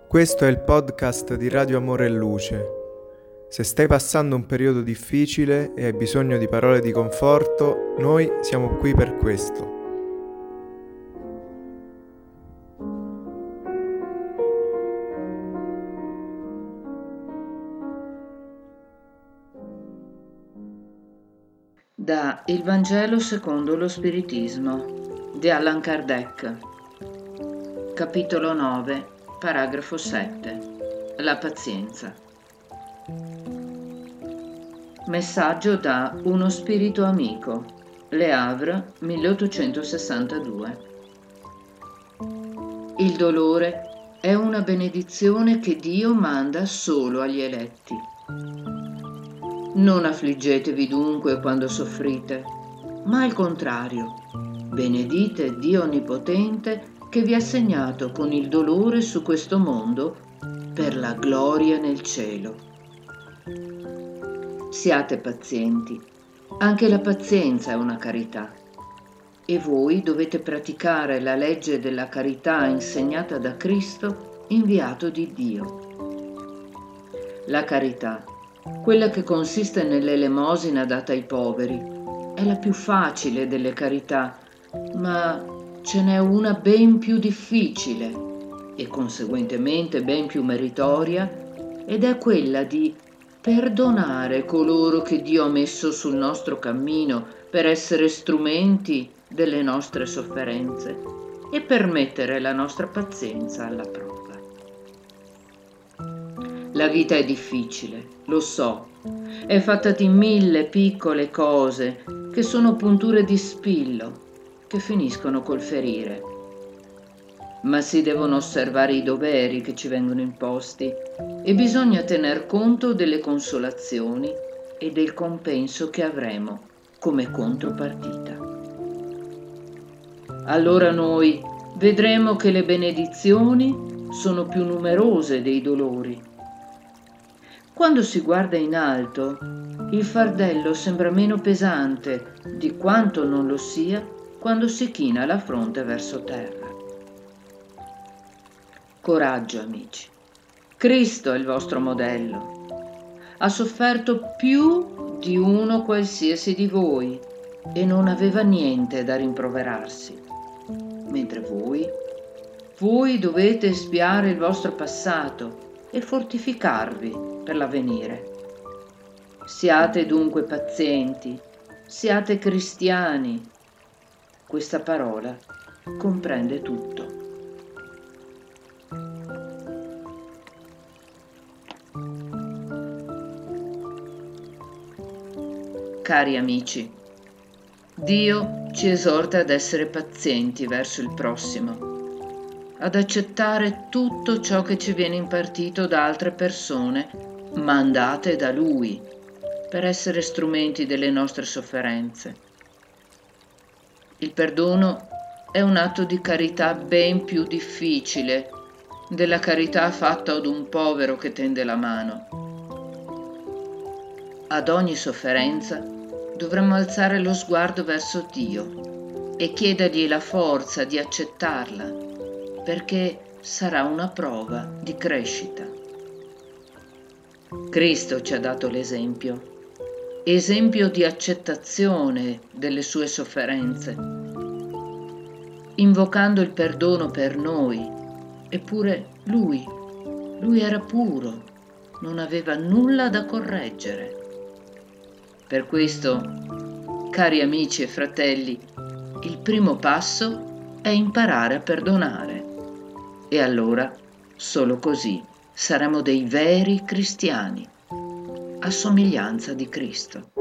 Questo è il podcast di Radio Amore e Luce. Se stai passando un periodo difficile e hai bisogno di parole di conforto, noi siamo qui per questo. Da Il Vangelo secondo lo Spiritismo di Allan Kardec, capitolo 9, paragrafo 7. La pazienza. Messaggio da Uno Spirito Amico, Le Havre, 1862. Il dolore è una benedizione che Dio manda solo agli eletti. Non affliggetevi dunque quando soffrite, ma al contrario, benedite Dio Onnipotente che vi ha segnato con il dolore su questo mondo per la gloria nel cielo. Siate pazienti, anche la pazienza è una carità, e voi dovete praticare la legge della carità insegnata da Cristo, inviato di Dio. La carità, quella che consiste nell'elemosina data ai poveri, è la più facile delle carità, ma ce n'è una ben più difficile e conseguentemente ben più meritoria, ed è quella di perdonare coloro che Dio ha messo sul nostro cammino per essere strumenti delle nostre sofferenze e per mettere la nostra pazienza alla prova. La vita è difficile, lo so, è fatta di 1000 piccole cose che sono punture di spillo che finiscono col ferire. Ma si devono osservare i doveri che ci vengono imposti e bisogna tener conto delle consolazioni e del compenso che avremo come contropartita. Allora noi vedremo che le benedizioni sono più numerose dei dolori. Quando si guarda in alto, il fardello sembra meno pesante di quanto non lo sia quando si china la fronte verso terra. Coraggio, amici. Cristo è il vostro modello. Ha sofferto più di uno qualsiasi di voi e non aveva niente da rimproverarsi. Mentre voi dovete espiare il vostro passato e fortificarvi per l'avvenire. Siate dunque pazienti, siate cristiani. Questa parola comprende tutto. Cari amici, Dio ci esorta ad essere pazienti verso il prossimo, ad accettare tutto ciò che ci viene impartito da altre persone mandate da Lui per essere strumenti delle nostre sofferenze. Il perdono è un atto di carità ben più difficile della carità fatta ad un povero che tende la mano. Ad ogni sofferenza dovremmo alzare lo sguardo verso Dio e chiedergli la forza di accettarla, perché sarà una prova di crescita. Cristo ci ha dato l'esempio di accettazione delle sue sofferenze, invocando il perdono per noi. Eppure lui era puro, non aveva nulla da correggere. Per questo, cari amici e fratelli, il primo passo è imparare a perdonare. E allora, solo così, saremo dei veri cristiani, a somiglianza di Cristo.